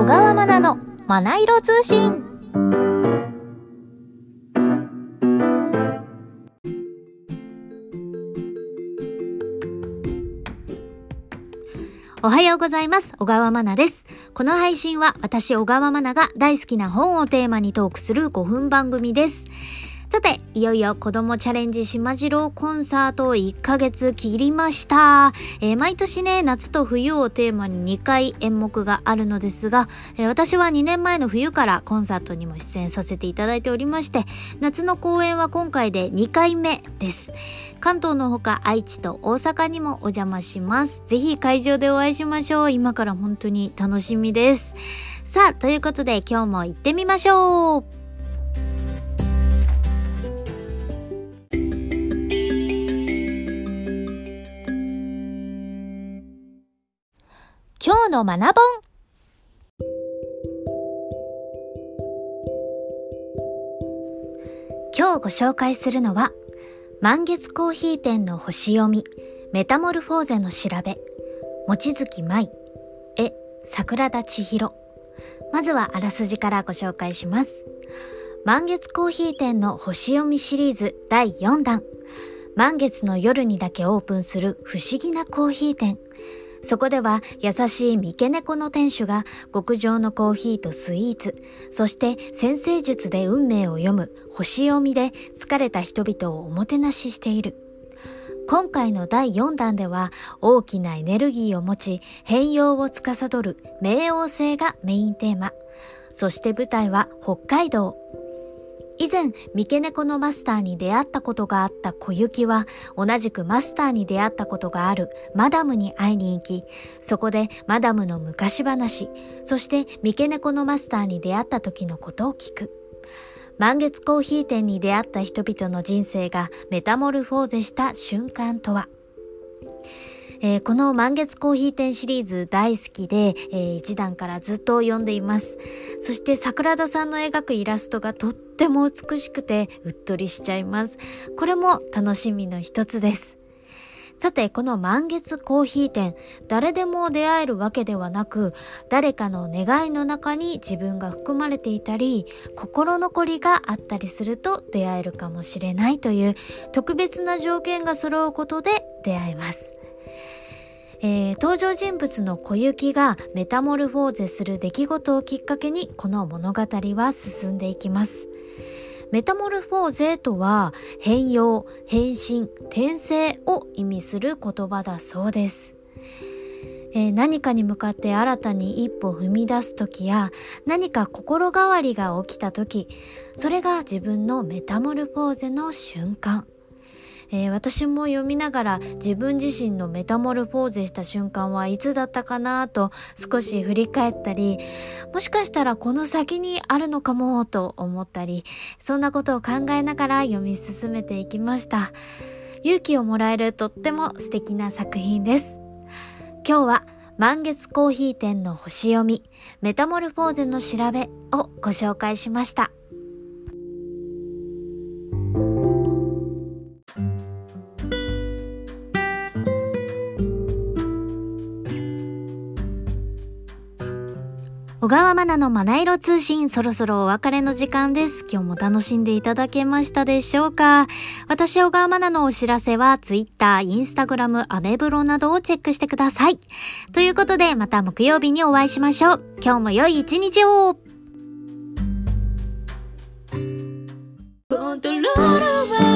川まなのまな色通信。おはようございます。小川まなです。この配信は私小川まなが大好きな本をテーマにトークする5分番組です。さて、いよいよ子供チャレンジしまじろうコンサート1ヶ月切りました。毎年ね、夏と冬をテーマに2回演目があるのですが、私は2年前の冬からコンサートにも出演させていただいておりまして、夏の公演は今回で2回目です。関東のほか愛知と大阪にもお邪魔します。ぜひ会場でお会いしましょう。今から本当に楽しみです。さあ、ということで今日も行ってみましょう。今日の学ぼん。今日ご紹介するのは満月コーヒー店の星読みメタモルフォーゼの調べ、望月舞、絵桜田千尋。まずはあらすじからご紹介します。満月コーヒー店の星読みシリーズ第4弾。満月の夜にだけオープンする不思議なコーヒー店。そこでは優しい三毛猫の店主が極上のコーヒーとスイーツ、そして占星術で運命を読む星読みで疲れた人々をおもてなししている。今回の第4弾では大きなエネルギーを持ち変容を司る冥王星がメインテーマ。そして舞台は北海道。以前、三毛猫のマスターに出会ったことがあった小雪は、同じくマスターに出会ったことがあるマダムに会いに行き、そこでマダムの昔話、そして三毛猫のマスターに出会った時のことを聞く。満月コーヒー店に出会った人々の人生がメタモルフォーゼした瞬間とは。この満月コーヒー店シリーズ大好きで、一段からずっと読んでいます。そして桜田さんの描くイラストがとっても美しくてうっとりしちゃいます。これも楽しみの一つです。さて、この満月コーヒー店、誰でも出会えるわけではなく、誰かの願いの中に自分が含まれていたり、心残りがあったりすると出会えるかもしれないという特別な条件が揃うことで出会えます。登場人物の小雪がメタモルフォーゼする出来事をきっかけにこの物語は進んでいきます。メタモルフォーゼとは変容、変身、転生を意味する言葉だそうです。何かに向かって新たに一歩踏み出すときや何か心変わりが起きたとき、それが自分のメタモルフォーゼの瞬間。私も読みながら自分自身のメタモルフォーゼした瞬間はいつだったかなと少し振り返ったり、もしかしたらこの先にあるのかもと思ったり、そんなことを考えながら読み進めていきました。勇気をもらえるとっても素敵な作品です。今日は満月コーヒー店の星読みメタモルフォーゼの調べをご紹介しました。小川まなのまな色通信、そろそろお別れの時間です。今日も楽しんでいただけましたでしょうか。私小川まなのお知らせは Twitter、Instagram、アメブロなどをチェックしてください。ということでまた木曜日にお会いしましょう。今日も良い一日を。コントロールは